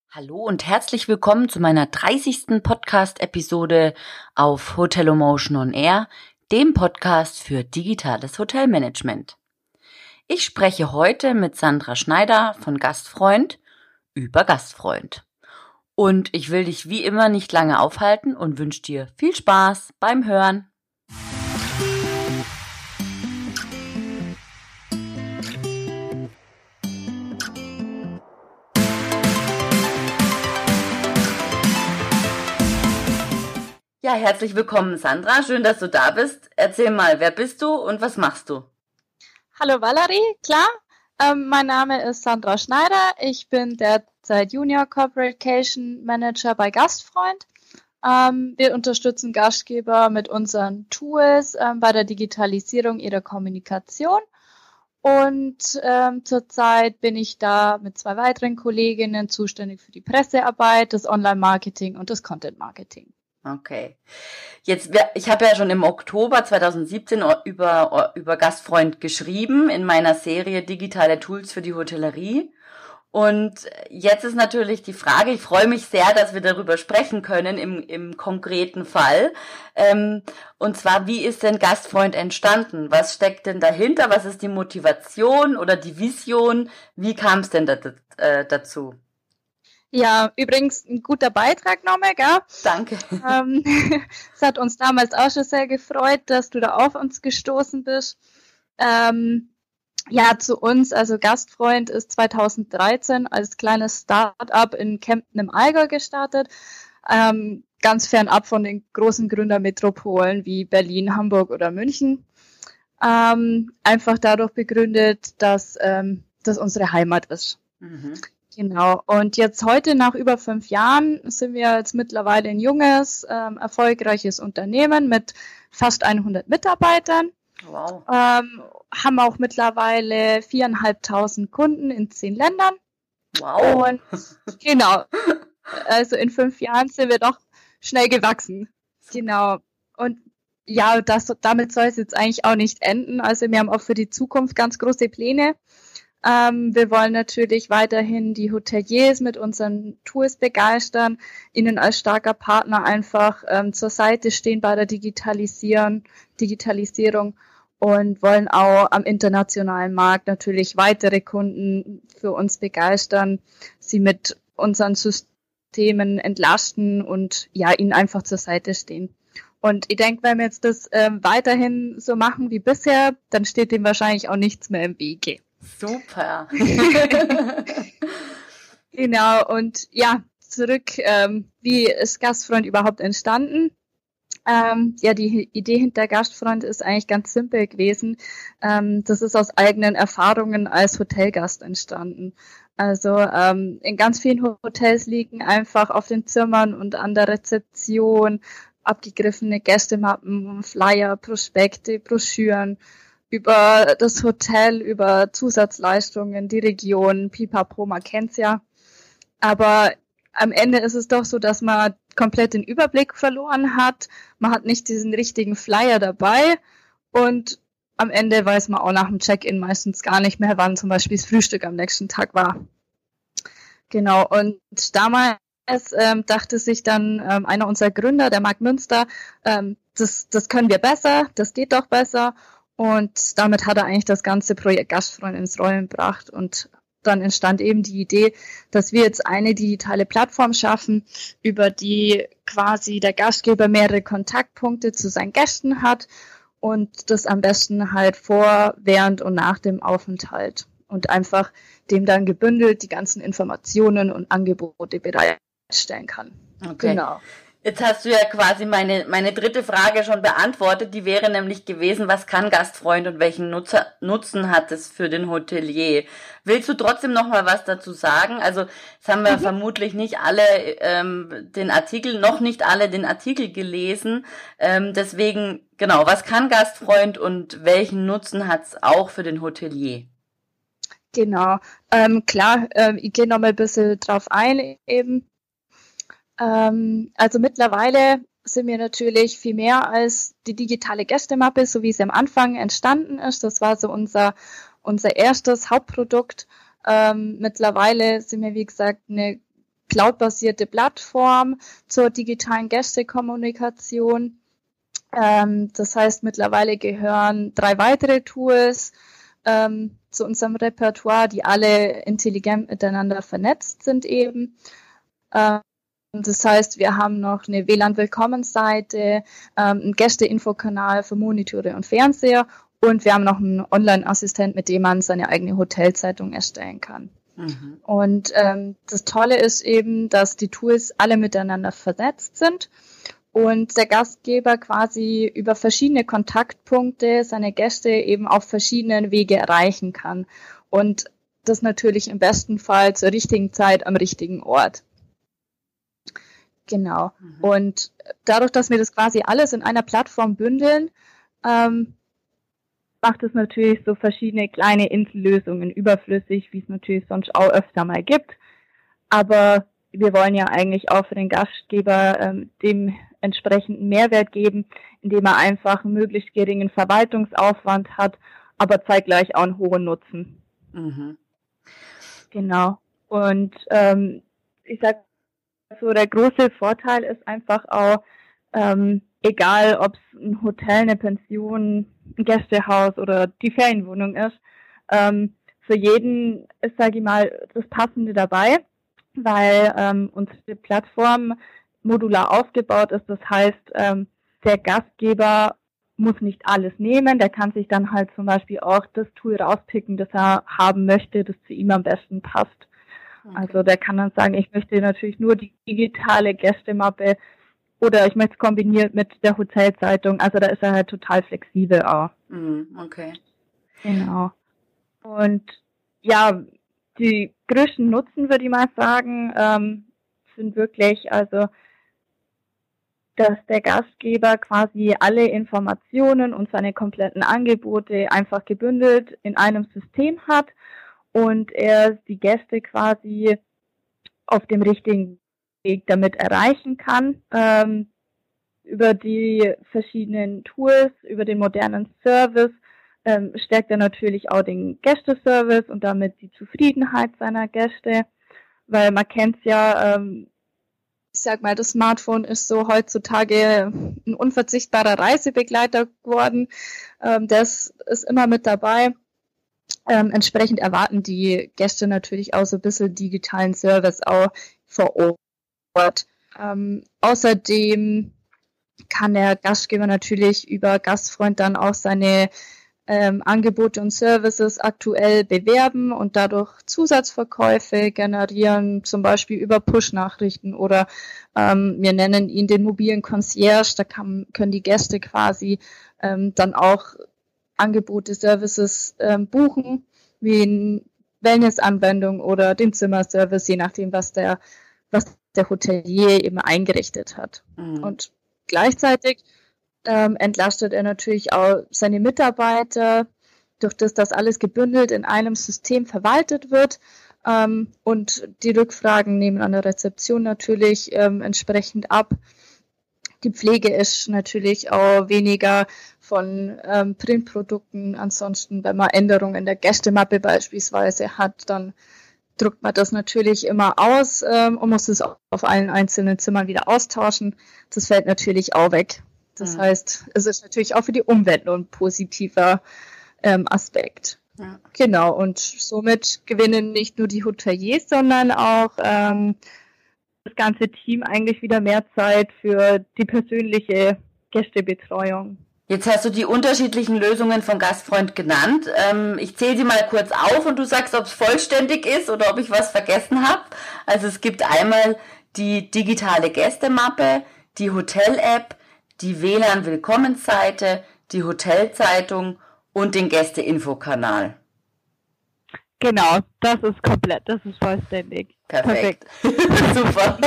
Hallo und herzlich willkommen zu meiner 30. Podcast-Episode auf Hotelomotion on Air, dem Podcast für digitales Hotelmanagement. Ich spreche heute mit Sandra Schneider von Gastfreund über Gastfreund. Und ich will dich wie immer nicht lange aufhalten und wünsche dir viel Spaß beim Hören. Ja, herzlich willkommen, Sandra. Schön, dass du da bist. Erzähl mal, wer bist du und was machst du? Hallo Valerie, klar. Mein Name ist Sandra Schneider. Ich bin derzeit Junior Corporation Manager bei Gastfreund. Wir unterstützen Gastgeber mit unseren Tools bei der Digitalisierung ihrer Kommunikation. Und zurzeit bin ich da mit 2 weiteren Kolleginnen zuständig für die Pressearbeit, das Online-Marketing und das Content-Marketing. Okay. Ich habe ja schon im Oktober 2017 über Gastfreund geschrieben in meiner Serie Digitale Tools für die Hotellerie. Und jetzt ist natürlich die Frage, ich freue mich sehr, dass wir darüber sprechen können im konkreten Fall. Und zwar, wie ist denn Gastfreund entstanden? Was steckt denn dahinter? Was ist die Motivation oder die Vision? Wie kam es denn dazu? Ja, übrigens ein guter Beitrag nochmal, gell? Danke. Es hat uns damals auch schon sehr gefreut, dass du da auf uns gestoßen bist. Ja, zu uns, also Gastfreund ist 2013 als kleines Start-up in Kempten im Allgäu gestartet, ganz fernab von den großen Gründermetropolen wie Berlin, Hamburg oder München. Einfach dadurch begründet, dass das unsere Heimat ist. Mhm. Genau. Und jetzt heute, nach über 5 Jahren, sind wir jetzt mittlerweile ein junges, erfolgreiches Unternehmen mit fast 100 Mitarbeitern. Wow. Haben auch mittlerweile 4.500 Kunden in 10 Ländern. Wow. Und genau. Also in 5 Jahren sind wir doch schnell gewachsen. Genau. Und ja, damit soll es jetzt eigentlich auch nicht enden. Also wir haben auch für die Zukunft ganz große Pläne. Wir wollen natürlich weiterhin die Hoteliers mit unseren Tools begeistern, ihnen als starker Partner einfach zur Seite stehen bei der Digitalisierung und wollen auch am internationalen Markt natürlich weitere Kunden für uns begeistern, sie mit unseren Systemen entlasten und ja, ihnen einfach zur Seite stehen. Und ich denke, wenn wir jetzt das weiterhin so machen wie bisher, dann steht dem wahrscheinlich auch nichts mehr im Wege. Super. Genau, und ja, zurück, wie ist Gastfreund überhaupt entstanden? Ja, die Idee hinter Gastfreund ist eigentlich ganz simpel gewesen. Das ist aus eigenen Erfahrungen als Hotelgast entstanden. Also in ganz vielen Hotels liegen einfach auf den Zimmern und an der Rezeption abgegriffene Gästemappen, Flyer, Prospekte, Broschüren über das Hotel, über Zusatzleistungen, die Region, pipapo, man kennt's ja. Aber am Ende ist es doch so, dass man komplett den Überblick verloren hat. Man hat nicht diesen richtigen Flyer dabei und am Ende weiß man auch nach dem Check-in meistens gar nicht mehr, wann zum Beispiel das Frühstück am nächsten Tag war. Genau, und damals dachte sich dann einer unserer Gründer, der Marc Münster, das können wir besser, das geht doch besser. Und damit hat er eigentlich das ganze Projekt Gastfreund ins Rollen gebracht. Und dann entstand eben die Idee, dass wir jetzt eine digitale Plattform schaffen, über die quasi der Gastgeber mehrere Kontaktpunkte zu seinen Gästen hat und das am besten halt vor, während und nach dem Aufenthalt und einfach dem dann gebündelt die ganzen Informationen und Angebote bereitstellen kann. Okay. Genau. Jetzt hast du ja quasi meine dritte Frage schon beantwortet. Die wäre nämlich gewesen, was kann Gastfreund und welchen Nutzen hat es für den Hotelier? Willst du trotzdem noch mal was dazu sagen? Also es haben wir vermutlich nicht alle nicht alle den Artikel gelesen. Deswegen, genau, was kann Gastfreund und welchen Nutzen hat es auch für den Hotelier? Genau, klar, ich gehe noch mal ein bisschen drauf ein eben. Also mittlerweile sind wir natürlich viel mehr als die digitale Gästemappe, so wie sie am Anfang entstanden ist. Das war so unser erstes Hauptprodukt. Mittlerweile sind wir, wie gesagt, eine cloudbasierte Plattform zur digitalen Gästekommunikation. Das heißt, mittlerweile gehören 3 weitere Tools zu unserem Repertoire, die alle intelligent miteinander vernetzt sind eben. Das heißt, wir haben noch eine WLAN-Willkommenseite, einen Gäste-Infokanal für Monitore und Fernseher und wir haben noch einen Online-Assistent, mit dem man seine eigene Hotelzeitung erstellen kann. Mhm. Und das Tolle ist eben, dass die Tools alle miteinander vernetzt sind und der Gastgeber quasi über verschiedene Kontaktpunkte seine Gäste eben auf verschiedenen Wege erreichen kann. Und das natürlich im besten Fall zur richtigen Zeit am richtigen Ort. Genau. Mhm. Und dadurch, dass wir das quasi alles in einer Plattform bündeln, macht es natürlich so verschiedene kleine Insellösungen überflüssig, wie es natürlich sonst auch öfter mal gibt. Aber wir wollen ja eigentlich auch für den Gastgeber dem entsprechenden Mehrwert geben, indem er einfach einen möglichst geringen Verwaltungsaufwand hat, aber zeitgleich auch einen hohen Nutzen. Mhm. Genau. Und ich sag so, der große Vorteil ist einfach auch, egal ob es ein Hotel, eine Pension, ein Gästehaus oder die Ferienwohnung ist, für jeden ist, sage ich mal, das Passende dabei, weil unsere Plattform modular aufgebaut ist. Das heißt, der Gastgeber muss nicht alles nehmen, der kann sich dann halt zum Beispiel auch das Tool rauspicken, das er haben möchte, das zu ihm am besten passt. Okay. Also der kann dann sagen, ich möchte natürlich nur die digitale Gästemappe oder ich möchte es kombiniert mit der Hotelzeitung. Also da ist er halt total flexibel auch. Okay. Genau. Und ja, die größten Nutzen, würde ich mal sagen, sind wirklich, also dass der Gastgeber quasi alle Informationen und seine kompletten Angebote einfach gebündelt in einem System hat und er die Gäste quasi auf dem richtigen Weg damit erreichen kann, über die verschiedenen Tools, über den modernen Service, stärkt er natürlich auch den Gästeservice und damit die Zufriedenheit seiner Gäste, weil man kennt es ja, ich sag mal, das Smartphone ist so heutzutage ein unverzichtbarer Reisebegleiter geworden. Das ist immer mit dabei. Entsprechend erwarten die Gäste natürlich auch so ein bisschen digitalen Service auch vor Ort. Außerdem kann der Gastgeber natürlich über Gastfreund dann auch seine Angebote und Services aktuell bewerben und dadurch Zusatzverkäufe generieren, zum Beispiel über Push-Nachrichten oder wir nennen ihn den mobilen Concierge, da können die Gäste quasi dann auch Angebote, Services buchen, wie eine Wellness-Anwendung oder den Zimmerservice, je nachdem, was der Hotelier eben eingerichtet hat. Mhm. Und gleichzeitig entlastet er natürlich auch seine Mitarbeiter, durch das alles gebündelt in einem System verwaltet wird und die Rückfragen nehmen an der Rezeption natürlich entsprechend ab. Die Pflege ist natürlich auch weniger von Printprodukten. Ansonsten, wenn man Änderungen in der Gästemappe beispielsweise hat, dann druckt man das natürlich immer aus und muss es auf allen einzelnen Zimmern wieder austauschen. Das fällt natürlich auch weg. Das heißt, es ist natürlich auch für die Umwelt nur ein positiver Aspekt. Ja. Genau, und somit gewinnen nicht nur die Hoteliers, sondern auch das ganze Team eigentlich wieder mehr Zeit für die persönliche Gästebetreuung. Jetzt hast du die unterschiedlichen Lösungen von Gastfreund genannt. Ich zähle sie mal kurz auf und du sagst, ob es vollständig ist oder ob ich was vergessen habe. Also es gibt einmal die digitale Gästemappe, die Hotel-App, die WLAN-Willkommensseite, die Hotelzeitung und den Gäste-Infokanal. Genau, das ist komplett, das ist vollständig. Perfekt. Super.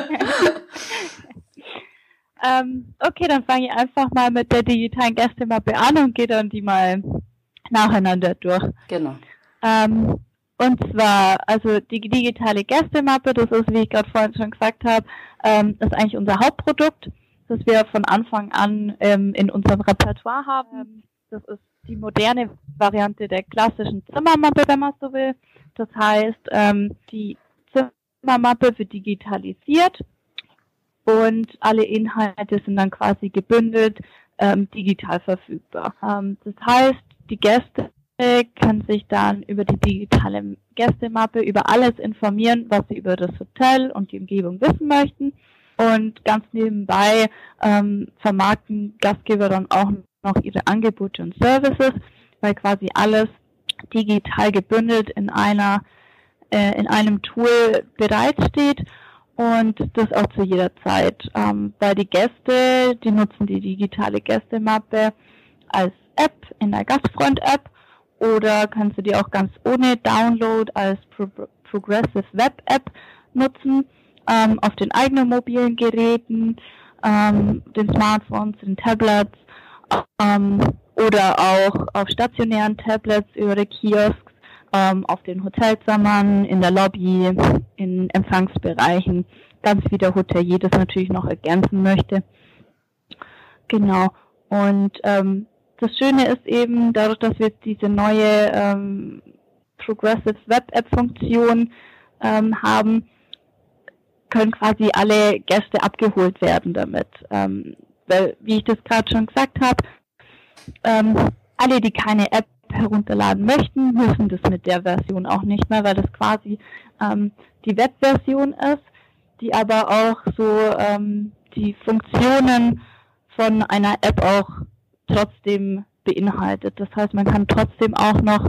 Okay, dann fange ich einfach mal mit der digitalen Gästemappe an und gehe dann die mal nacheinander durch. Genau. Und zwar, also die digitale Gästemappe, das ist, wie ich gerade vorhin schon gesagt habe, ist eigentlich unser Hauptprodukt, das wir von Anfang an in unserem Repertoire haben. Das ist die moderne Variante der klassischen Zimmermappe, wenn man so will. Das heißt, die Gästezimmermappe wird digitalisiert und alle Inhalte sind dann quasi gebündelt digital verfügbar. Das heißt, die Gäste können sich dann über die digitale Gästemappe über alles informieren, was sie über das Hotel und die Umgebung wissen möchten. Und ganz nebenbei vermarkten Gastgeber dann auch noch ihre Angebote und Services, weil quasi alles digital gebündelt in einem Tool bereitsteht und das auch zu jeder Zeit. Weil die Gäste, die nutzen die digitale Gästemappe als App in der Gastfreund-App oder kannst du die auch ganz ohne Download als Progressive Web App nutzen, auf den eigenen mobilen Geräten, den Smartphones, den Tablets oder auch auf stationären Tablets über die Kiosks, auf den Hotelzimmern, in der Lobby, in Empfangsbereichen, ganz wie der Hotelier das natürlich noch ergänzen möchte. Genau. Und das Schöne ist eben, dadurch, dass wir jetzt diese neue Progressive Web App Funktion haben, können quasi alle Gäste abgeholt werden damit. Weil, wie ich das gerade schon gesagt habe, alle, die keine App herunterladen möchten, müssen das mit der Version auch nicht mehr, weil das quasi die Web-Version ist, die aber auch so die Funktionen von einer App auch trotzdem beinhaltet. Das heißt, man kann trotzdem auch noch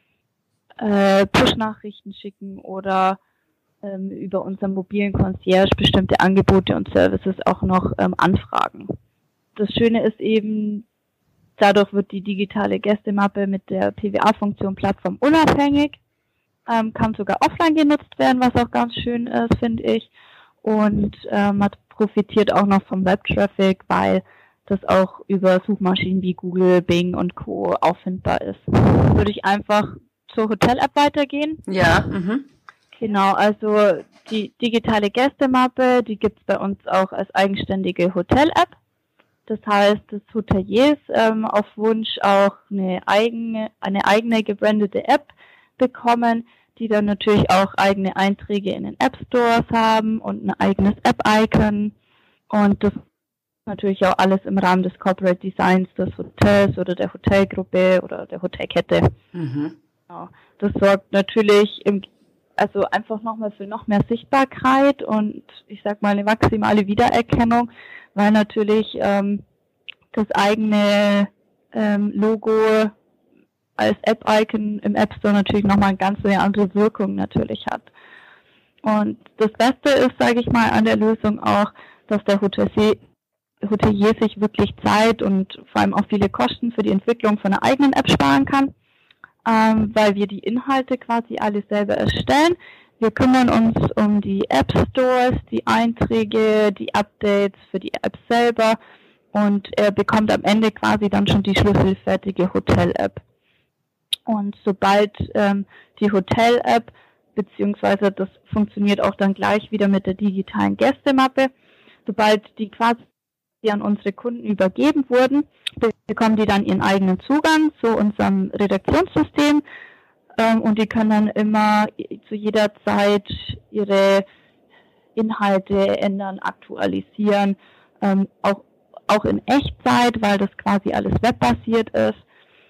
Push-Nachrichten schicken oder über unseren mobilen Concierge bestimmte Angebote und Services auch noch anfragen. Das Schöne ist eben, dadurch wird die digitale Gästemappe mit der PWA-Funktion plattformunabhängig, kann sogar offline genutzt werden, was auch ganz schön ist, finde ich. Und man profitiert auch noch vom Web-Traffic, weil das auch über Suchmaschinen wie Google, Bing und Co. auffindbar ist. Würde ich einfach zur Hotel-App weitergehen? Ja, Genau, also die digitale Gästemappe, die gibt's bei uns auch als eigenständige Hotel-App. Das heißt, dass Hoteliers auf Wunsch auch eine eigene gebrandete App bekommen, die dann natürlich auch eigene Einträge in den App Stores haben und ein eigenes App-Icon. Und das natürlich auch alles im Rahmen des Corporate Designs des Hotels oder der Hotelgruppe oder der Hotelkette. Genau. Das sorgt natürlich also einfach nochmal für noch mehr Sichtbarkeit und ich sag mal eine maximale Wiedererkennung, weil natürlich das eigene Logo als App-Icon im App Store natürlich nochmal eine ganz andere Wirkung natürlich hat. Und das Beste ist, sage ich mal, an der Lösung auch, dass der Hotelier sich wirklich Zeit und vor allem auch viele Kosten für die Entwicklung von einer eigenen App sparen kann, weil wir die Inhalte quasi alle selber erstellen. Wir kümmern uns um die App Stores, die Einträge, die Updates für die App selber und er bekommt am Ende quasi dann schon die schlüsselfertige Hotel-App. Und sobald die Hotel-App, beziehungsweise das funktioniert auch dann gleich wieder mit der digitalen Gästemappe, sobald die quasi an unsere Kunden übergeben wurden, bekommen die dann ihren eigenen Zugang zu unserem Redaktionssystem und die können dann immer zu jeder Zeit ihre Inhalte ändern, aktualisieren, auch in Echtzeit, weil das quasi alles webbasiert ist.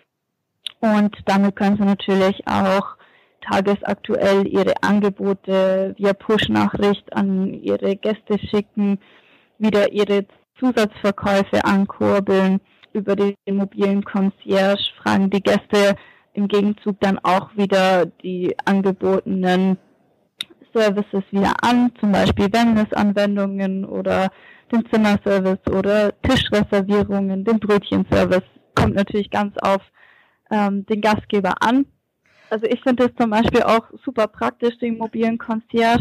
Und damit können sie natürlich auch tagesaktuell ihre Angebote via Push-Nachricht an ihre Gäste schicken, wieder ihre Zusatzverkäufe ankurbeln. Über den mobilen Concierge fragen die Gäste im Gegenzug dann auch wieder die angebotenen Services wieder an, zum Beispiel Wellness-Anwendungen oder den Zimmerservice oder Tischreservierungen, den Brötchenservice. Kommt natürlich ganz auf den Gastgeber an. Also ich finde es zum Beispiel auch super praktisch, den mobilen Concierge,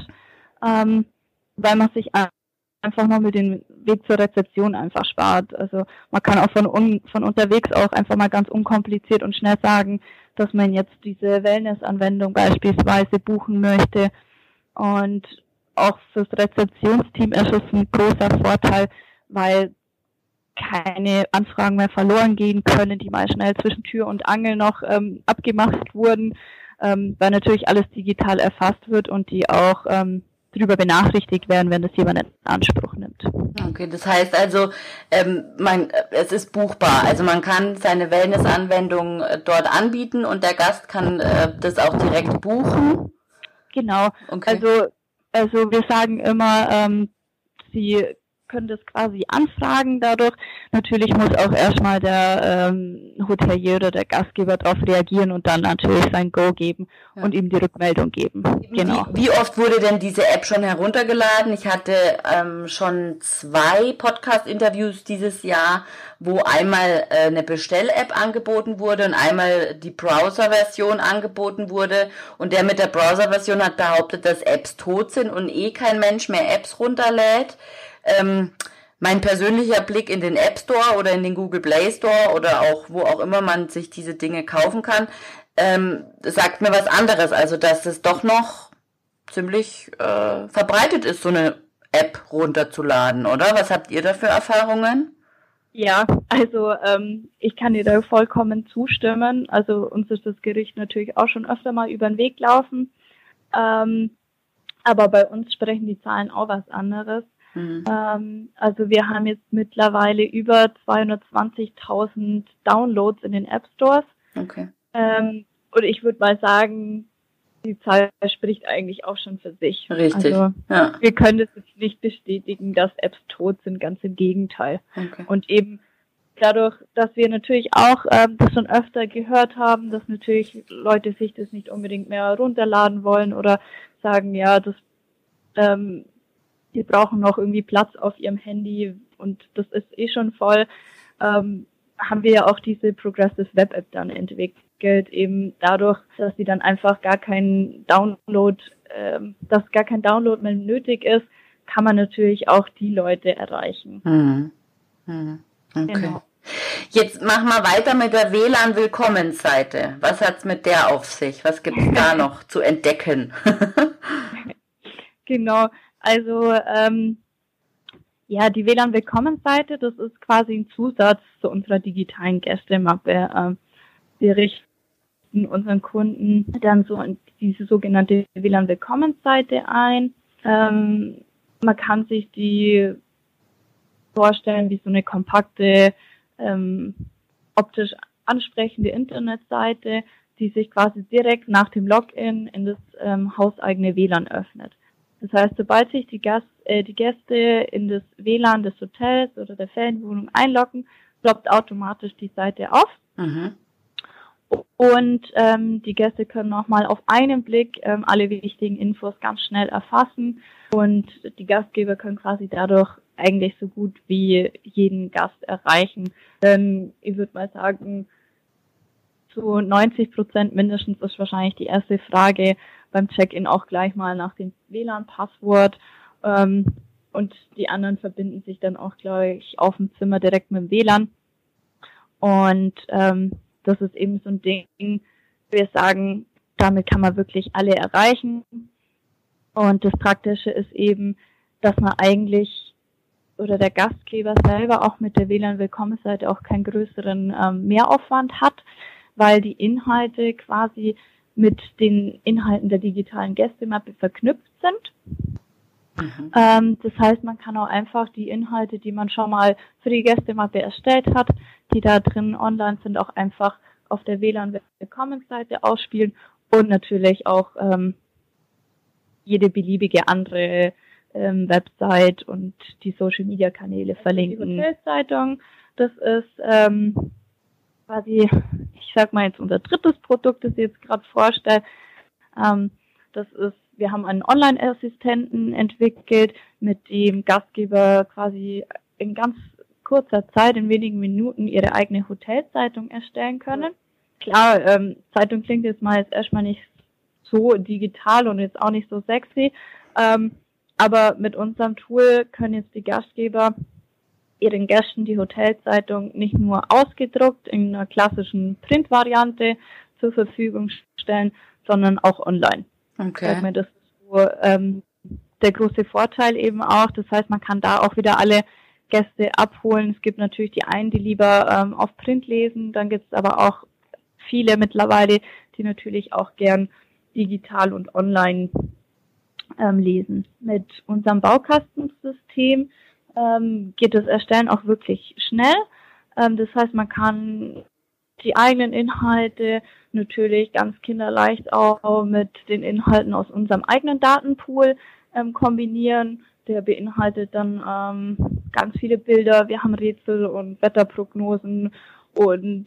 weil man sich einfach noch mit dem Weg zur Rezeption einfach spart. Also man kann auch von unterwegs auch einfach mal ganz unkompliziert und schnell sagen, dass man jetzt diese Wellness-Anwendung beispielsweise buchen möchte. Und auch fürs Rezeptionsteam ist es ein großer Vorteil, weil keine Anfragen mehr verloren gehen können, die mal schnell zwischen Tür und Angel noch abgemacht wurden, weil natürlich alles digital erfasst wird und die auch drüber benachrichtigt werden, wenn das jemand in Anspruch nimmt. Okay, das heißt also, es ist buchbar. Also man kann seine Wellness-Anwendung dort anbieten und der Gast kann das auch direkt buchen. Genau. Okay. Also wir sagen immer, Sie können das quasi anfragen dadurch. Natürlich muss auch erstmal der Hotelier oder der Gastgeber darauf reagieren und dann natürlich sein Go geben und ihm die Rückmeldung geben. Genau. Wie oft wurde denn diese App schon heruntergeladen? Ich hatte schon 2 Podcast-Interviews dieses Jahr, wo einmal eine Bestell-App angeboten wurde und einmal die Browser-Version angeboten wurde. Und der mit der Browser-Version hat behauptet, dass Apps tot sind und kein Mensch mehr Apps runterlädt. Mein persönlicher Blick in den App Store oder in den Google Play Store oder auch wo auch immer man sich diese Dinge kaufen kann, sagt mir was anderes. Also dass es doch noch ziemlich verbreitet ist, so eine App runterzuladen, oder? Was habt ihr da für Erfahrungen? Ja, also ich kann dir da vollkommen zustimmen. Also uns ist das Gericht natürlich auch schon öfter mal über den Weg laufen. Aber bei uns sprechen die Zahlen auch was anderes. Also wir haben jetzt mittlerweile über 220.000 Downloads in den App Stores. Okay. Und ich würde mal sagen, die Zahl spricht eigentlich auch schon für sich. Richtig. Also wir können das jetzt nicht bestätigen, dass Apps tot sind, ganz im Gegenteil. Okay. Und eben dadurch, dass wir natürlich auch das schon öfter gehört haben, dass natürlich Leute sich das nicht unbedingt mehr runterladen wollen oder sagen, ja, das die brauchen noch irgendwie Platz auf ihrem Handy und das ist schon voll, haben wir ja auch diese Progressive Web App dann entwickelt, eben dadurch, dass sie dann einfach dass gar kein Download mehr nötig ist, kann man natürlich auch die Leute erreichen. Okay. Genau. Jetzt machen wir weiter mit der WLAN-Willkommensseite. Was hat's mit der auf sich? Was gibt's da noch zu entdecken? Genau. Also die WLAN-Willkommensseite, das ist quasi ein Zusatz zu unserer digitalen Gästemappe. Wir richten unseren Kunden dann so in diese sogenannte WLAN-Willkommensseite ein. Man kann sich die vorstellen wie so eine kompakte, optisch ansprechende Internetseite, die sich quasi direkt nach dem Login in das hauseigene WLAN öffnet. Das heißt, sobald sich die Gäste in das WLAN des Hotels oder der Ferienwohnung einloggen, ploppt automatisch die Seite auf. Und die Gäste können nochmal auf einen Blick alle wichtigen Infos ganz schnell erfassen und die Gastgeber können quasi dadurch eigentlich so gut wie jeden Gast erreichen. Denn ich würde mal sagen, zu 90% mindestens ist wahrscheinlich die erste Frage beim Check-in auch gleich mal nach dem WLAN-Passwort und die anderen verbinden sich dann auch gleich auf dem Zimmer direkt mit dem WLAN und das ist eben so ein Ding, wir sagen, damit kann man wirklich alle erreichen und das Praktische ist eben, dass man eigentlich oder der Gastgeber selber auch mit der WLAN-Willkommensseite auch keinen größeren Mehraufwand hat, weil die Inhalte quasi mit den Inhalten der digitalen Gästemappe verknüpft sind. Das heißt, man kann auch einfach die Inhalte, die man schon mal für die Gästemappe erstellt hat, die da drin online sind, auch einfach auf der WLAN-Willkommensseite ausspielen und natürlich auch jede beliebige andere Website und die Social-Media-Kanäle verlinken. Die Hotelzeitung, das ist quasi, ich sag mal jetzt unser drittes Produkt, das ich jetzt gerade vorstelle. Das ist, wir haben einen Online-Assistenten entwickelt, mit dem Gastgeber quasi in ganz kurzer Zeit, in wenigen Minuten, ihre eigene Hotelzeitung erstellen können. Klar, Zeitung klingt jetzt mal jetzt erstmal nicht so digital und jetzt auch nicht so sexy, aber mit unserem Tool können jetzt die Gastgeber ihren Gästen die Hotelzeitung nicht nur ausgedruckt in einer klassischen Printvariante zur Verfügung stellen, sondern auch online. Okay. Das ist so der große Vorteil eben auch. Das heißt, man kann da auch wieder alle Gäste abholen. Es gibt natürlich die einen, die lieber auf Print lesen. Dann gibt es aber auch viele mittlerweile, die natürlich auch gern digital und online lesen. Mit unserem Baukastensystem geht das Erstellen auch wirklich schnell. Das heißt, man kann die eigenen Inhalte natürlich ganz kinderleicht auch mit den Inhalten aus unserem eigenen Datenpool kombinieren. Der beinhaltet dann ganz viele Bilder. Wir haben Rätsel und Wetterprognosen und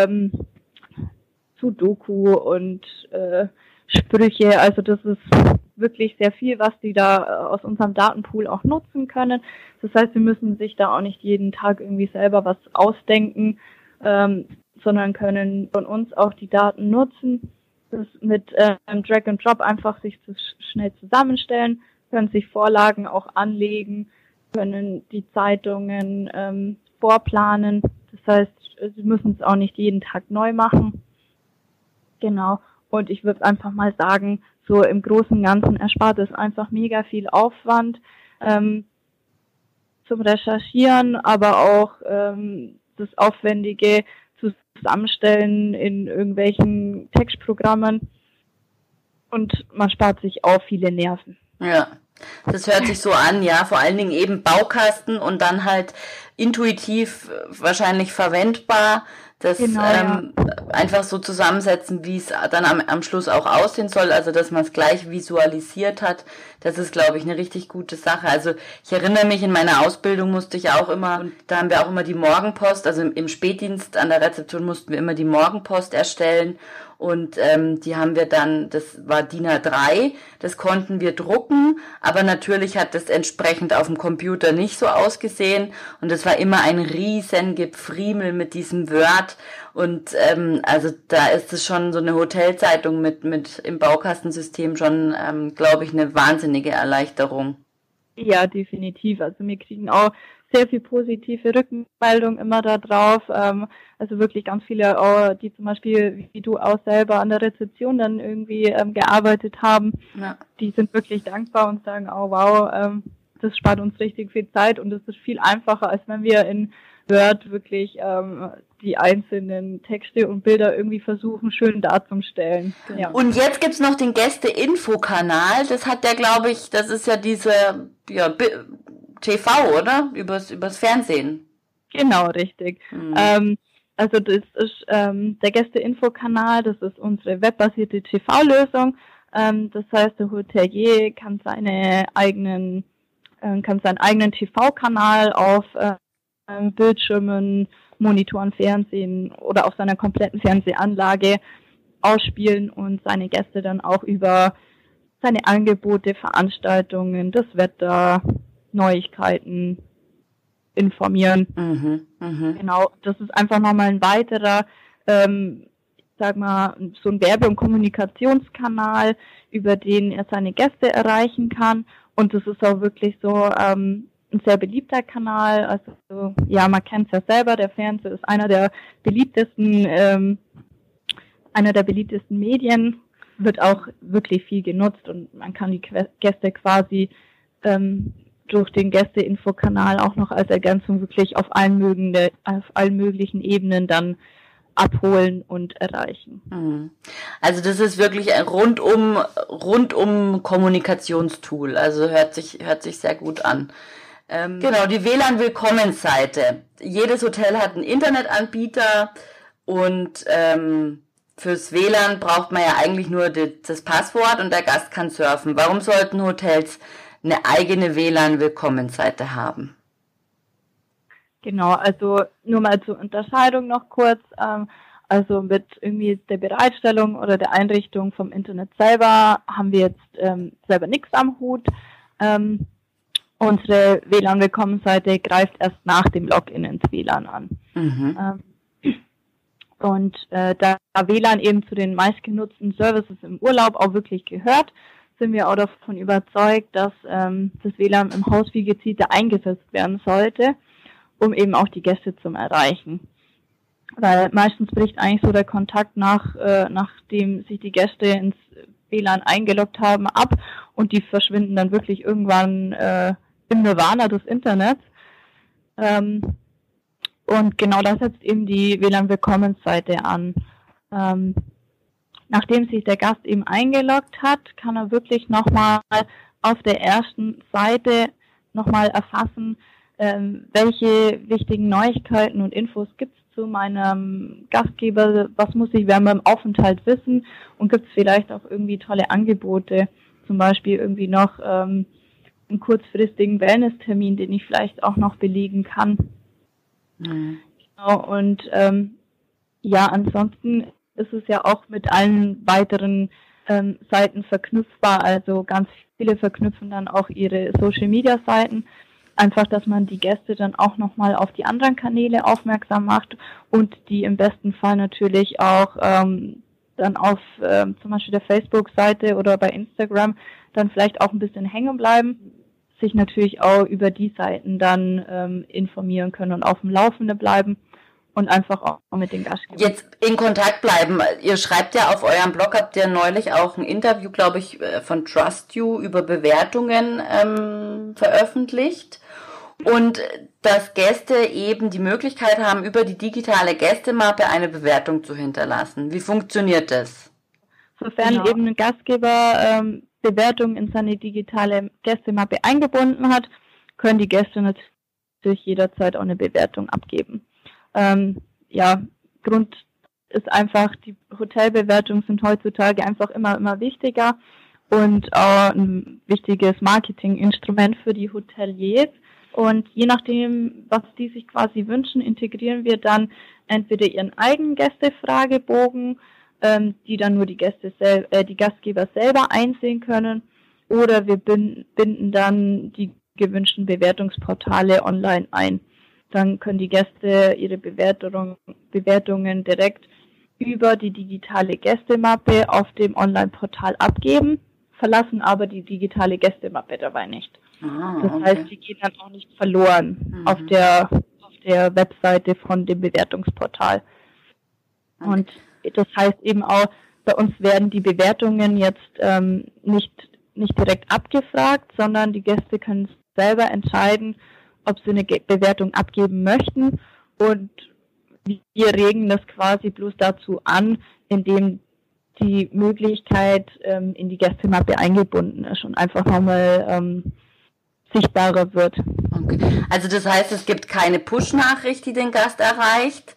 Sudoku und Sprüche. Also das ist wirklich sehr viel, was die da aus unserem Datenpool auch nutzen können. Das heißt, sie müssen sich da auch nicht jeden Tag irgendwie selber was ausdenken, sondern können von uns auch die Daten nutzen, das mit Drag and Drop einfach sich schnell zusammenstellen, können sich Vorlagen auch anlegen, können die Zeitungen vorplanen. Das heißt, sie müssen es auch nicht jeden Tag neu machen. Genau. Und ich würde einfach mal sagen, so im Großen und Ganzen erspart es einfach mega viel Aufwand zum Recherchieren, aber auch das aufwendige Zusammenstellen in irgendwelchen Textprogrammen, und man spart sich auch viele Nerven. Ja, das hört sich so an, ja, vor allen Dingen eben Baukasten und dann halt intuitiv wahrscheinlich verwendbar, das Genau, ja. Einfach so zusammensetzen, wie es dann am Schluss auch aussehen soll, also dass man es gleich visualisiert hat, das ist, glaube ich, eine richtig gute Sache. Also ich erinnere mich, in meiner Ausbildung musste ich auch immer, und da haben wir auch immer die Morgenpost, also im Spätdienst an der Rezeption mussten wir immer die Morgenpost erstellen. Und die haben wir dann, das war DIN A3, das konnten wir drucken, aber natürlich hat das entsprechend auf dem Computer nicht so ausgesehen. Und das war immer ein riesen Gefriemel mit diesem Word. Und also da ist es schon so eine Hotelzeitung mit im Baukastensystem schon, glaube ich, eine wahnsinnige Erleichterung. Ja, definitiv. Also wir kriegen auch sehr viel positive Rückmeldung immer da drauf. Also wirklich ganz viele, auch, die zum Beispiel, wie du auch selber an der Rezeption dann irgendwie gearbeitet haben, ja. Die sind wirklich dankbar und sagen, oh wow, das spart uns richtig viel Zeit und es ist viel einfacher, als wenn wir in Word wirklich die einzelnen Texte und Bilder irgendwie versuchen, schön darzustellen. Genau. Ja. Und jetzt gibt's noch den Gäste-Info-Kanal. Das hat der, glaube ich, das ist ja diese TV, oder? Übers Fernsehen. Genau, richtig. Also das ist der Gäste-Info-Kanal, das ist unsere webbasierte TV-Lösung. Das heißt, der Hotelier kann seinen eigenen TV-Kanal auf Bildschirmen, Monitoren, Fernsehen oder auf seiner kompletten Fernsehanlage ausspielen und seine Gäste dann auch über seine Angebote, Veranstaltungen, das Wetter, Neuigkeiten informieren. Genau, das ist einfach nochmal ein weiterer, sag mal, so ein Werbe- und Kommunikationskanal, über den er seine Gäste erreichen kann. Und das ist auch wirklich so ein sehr beliebter Kanal. Also ja, man kennt es ja selber, der Fernseher ist einer der beliebtesten Medien, wird auch wirklich viel genutzt und man kann die Gäste quasi durch den Gäste-Info-Kanal auch noch als Ergänzung wirklich auf allen möglichen Ebenen dann abholen und erreichen. Also das ist wirklich ein rundum Kommunikationstool. Also hört sich sehr gut an. Genau, die WLAN-Willkommensseite. Jedes Hotel hat einen Internetanbieter und fürs WLAN braucht man ja eigentlich nur das Passwort und der Gast kann surfen. Warum sollten Hotels eine eigene WLAN-Willkommensseite haben? Genau, also nur mal zur Unterscheidung noch kurz. Also mit irgendwie der Bereitstellung oder der Einrichtung vom Internet selber haben wir jetzt selber nichts am Hut. Unsere WLAN-Willkommensseite greift erst nach dem Login ins WLAN an. Und da WLAN eben zu den meistgenutzten Services im Urlaub auch wirklich gehört, sind wir auch davon überzeugt, dass das WLAN im Haus viel gezielter eingesetzt werden sollte, um eben auch die Gäste zu erreichen. Weil meistens bricht eigentlich so der Kontakt nachdem sich die Gäste ins WLAN eingeloggt haben, ab und die verschwinden dann wirklich irgendwann im Nirvana des Internets. Und genau das setzt eben die WLAN-Willkommensseite an. Nachdem sich der Gast eben eingeloggt hat, kann er wirklich nochmal auf der ersten Seite nochmal erfassen, welche wichtigen Neuigkeiten und Infos gibt es zu meinem Gastgeber, was muss ich während meinem Aufenthalt wissen und gibt es vielleicht auch irgendwie tolle Angebote, zum Beispiel irgendwie noch einen kurzfristigen Wellness-Termin, den ich vielleicht auch noch belegen kann. Mhm. Genau, und ja, ansonsten ist es ja auch mit allen weiteren Seiten verknüpfbar, also ganz viele verknüpfen dann auch ihre Social-Media-Seiten, einfach, dass man die Gäste dann auch nochmal auf die anderen Kanäle aufmerksam macht und die im besten Fall natürlich auch dann auf zum Beispiel der Facebook-Seite oder bei Instagram dann vielleicht auch ein bisschen hängen bleiben, sich natürlich auch über die Seiten dann informieren können und auf dem Laufenden bleiben. Und einfach auch mit den Gastgebern. Jetzt in Kontakt bleiben. Ihr schreibt ja auf eurem Blog, habt ihr neulich auch ein Interview, glaube ich, von Trust You über Bewertungen veröffentlicht. Und dass Gäste eben die Möglichkeit haben, über die digitale Gästemappe eine Bewertung zu hinterlassen. Wie funktioniert das? Sofern eben ein Gastgeber Bewertungen in seine digitale Gästemappe eingebunden hat, können die Gäste natürlich jederzeit auch eine Bewertung abgeben. Ja, Grund ist einfach, die Hotelbewertungen sind heutzutage einfach immer wichtiger und auch ein wichtiges Marketinginstrument für die Hoteliers. Und je nachdem, was die sich quasi wünschen, integrieren wir dann entweder ihren eigenen Gästefragebogen, die dann nur die Gastgeber selber einsehen können, oder wir binden dann die gewünschten Bewertungsportale online ein. Dann können die Gäste ihre Bewertungen direkt über die digitale Gästemappe auf dem Online-Portal abgeben, verlassen aber die digitale Gästemappe dabei nicht. Das heißt, die gehen dann auch nicht verloren auf der Webseite von dem Bewertungsportal. Und das heißt eben auch, bei uns werden die Bewertungen jetzt nicht direkt abgefragt, sondern die Gäste können selber entscheiden, ob sie eine Bewertung abgeben möchten, und wir regen das quasi bloß dazu an, indem die Möglichkeit in die Gästemappe eingebunden ist und einfach nochmal sichtbarer wird. Okay. Also das heißt, es gibt keine Push-Nachricht, die den Gast erreicht,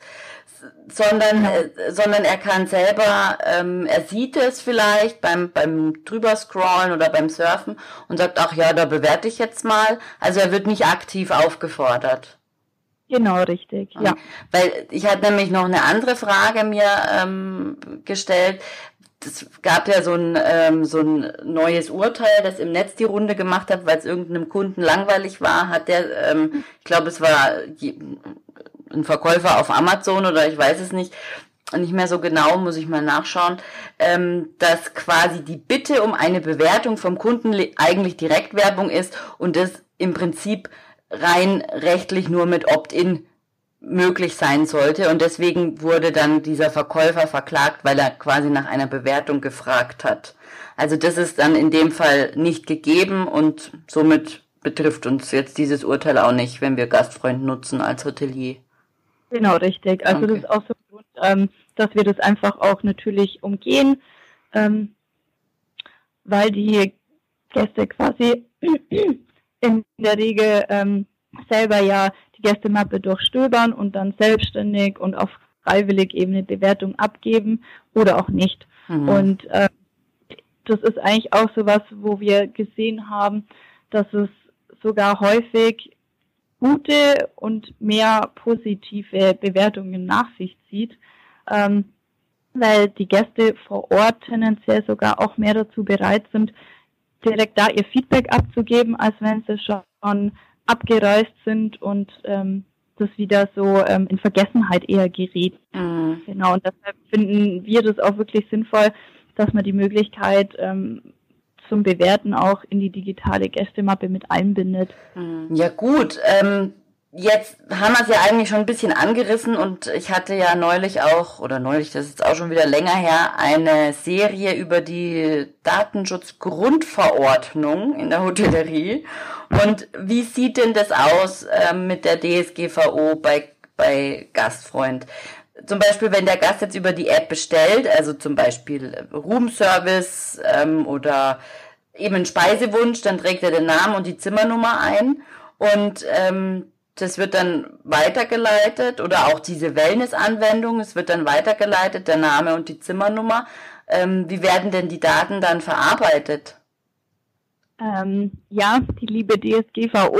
sondern er kann selber, er sieht es vielleicht beim drüber scrollen oder beim Surfen und sagt, ach ja, da bewerte ich jetzt mal. Also er wird nicht aktiv aufgefordert. Genau, richtig, ja. Weil ich hatte nämlich noch eine andere Frage mir gestellt. Es gab ja so ein neues Urteil, das im Netz die Runde gemacht hat, weil es irgendeinem Kunden langweilig war, hat der, ich glaube, es war ein Verkäufer auf Amazon oder ich weiß es nicht mehr so genau, muss ich mal nachschauen, dass quasi die Bitte um eine Bewertung vom Kunden eigentlich Direktwerbung ist und es im Prinzip rein rechtlich nur mit Opt-in möglich sein sollte, und deswegen wurde dann dieser Verkäufer verklagt, weil er quasi nach einer Bewertung gefragt hat. Also das ist dann in dem Fall nicht gegeben und somit betrifft uns jetzt dieses Urteil auch nicht, wenn wir Gastfreund nutzen als Hotelier. Genau, richtig. Also das ist auch so ein Grund, dass wir das einfach auch natürlich umgehen, weil die Gäste quasi in der Regel selber ja die Gästemappe durchstöbern und dann selbstständig und auf freiwillig eben eine Bewertung abgeben oder auch nicht. Mhm. Und das ist eigentlich auch sowas, wo wir gesehen haben, dass es sogar häufig gute und mehr positive Bewertungen nach sich zieht, weil die Gäste vor Ort tendenziell sogar auch mehr dazu bereit sind, direkt da ihr Feedback abzugeben, als wenn sie schon abgereist sind und das wieder so in Vergessenheit eher gerät. Mhm. Genau, und deshalb finden wir das auch wirklich sinnvoll, dass man die Möglichkeit zum Bewerten auch in die digitale Gästemappe mit einbindet. Ja gut, jetzt haben wir es ja eigentlich schon ein bisschen angerissen, und ich hatte ja neulich, das ist jetzt auch schon wieder länger her, eine Serie über die Datenschutzgrundverordnung in der Hotellerie. Und wie sieht denn das aus mit der DSGVO bei Gastfreund? Zum Beispiel, wenn der Gast jetzt über die App bestellt, also zum Beispiel Roomservice oder eben einen Speisewunsch, dann trägt er den Namen und die Zimmernummer ein und das wird dann weitergeleitet oder auch diese Wellness-Anwendung, es wird dann weitergeleitet, der Name und die Zimmernummer. Wie werden denn die Daten dann verarbeitet? Ja, die liebe DSGVO.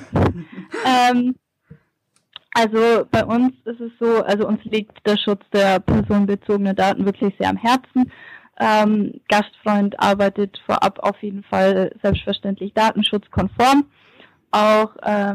Also bei uns ist es so, also uns liegt der Schutz der personenbezogenen Daten wirklich sehr am Herzen. Gastfreund arbeitet vorab auf jeden Fall selbstverständlich datenschutzkonform. Auch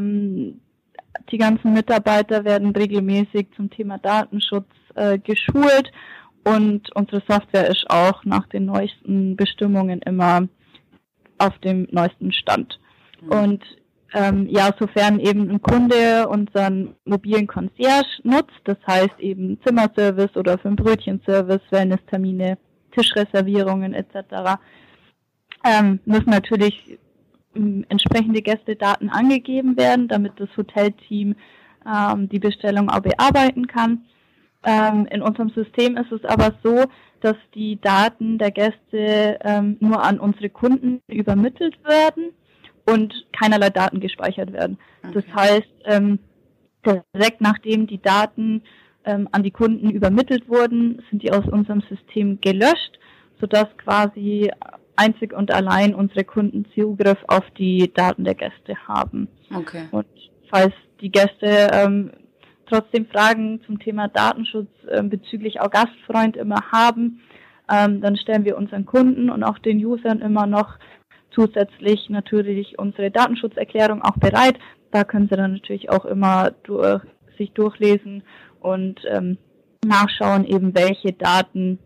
die ganzen Mitarbeiter werden regelmäßig zum Thema Datenschutz geschult und unsere Software ist auch nach den neuesten Bestimmungen immer auf dem neuesten Stand. Und ja, sofern eben ein Kunde unseren mobilen Concierge nutzt, das heißt eben Zimmerservice oder für einen Brötchenservice, Wellnesstermine, Tischreservierungen etc., müssen natürlich entsprechende Gästedaten angegeben werden, damit das Hotelteam die Bestellung auch bearbeiten kann. In unserem System ist es aber so, dass die Daten der Gäste nur an unsere Kunden übermittelt werden und keinerlei Daten gespeichert werden. Okay. Das heißt, direkt nachdem die Daten an die Kunden übermittelt wurden, sind die aus unserem System gelöscht, sodass quasi einzig und allein unsere Kunden Zugriff auf die Daten der Gäste haben. Okay. Und falls die Gäste trotzdem Fragen zum Thema Datenschutz bezüglich auch Gastfreund immer haben, dann stellen wir unseren Kunden und auch den Usern immer noch zusätzlich natürlich unsere Datenschutzerklärung auch bereit. Da können sie dann natürlich auch immer sich durchlesen und nachschauen, eben welche Daten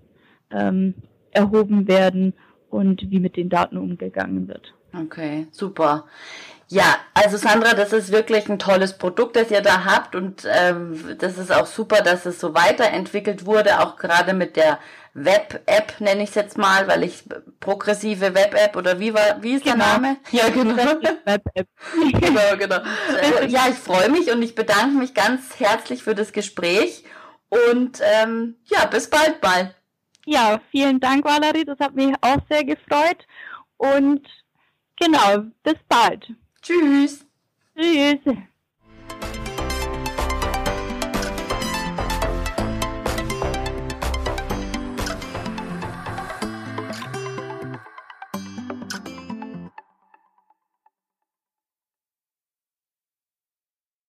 erhoben werden und wie mit den Daten umgegangen wird. Okay, super. Ja, also Sandra, das ist wirklich ein tolles Produkt, das ihr da habt und das ist auch super, dass es so weiterentwickelt wurde, auch gerade mit der Web-App, nenne ich es jetzt mal, weil ich progressive Web-App oder wie ist der Name? Ja, genau. Web-App. genau. Ja, ich freue mich und ich bedanke mich ganz herzlich für das Gespräch und ja, bis bald mal. Ja, vielen Dank, Valerie, das hat mich auch sehr gefreut und genau, bis bald. Tschüss. Tschüss.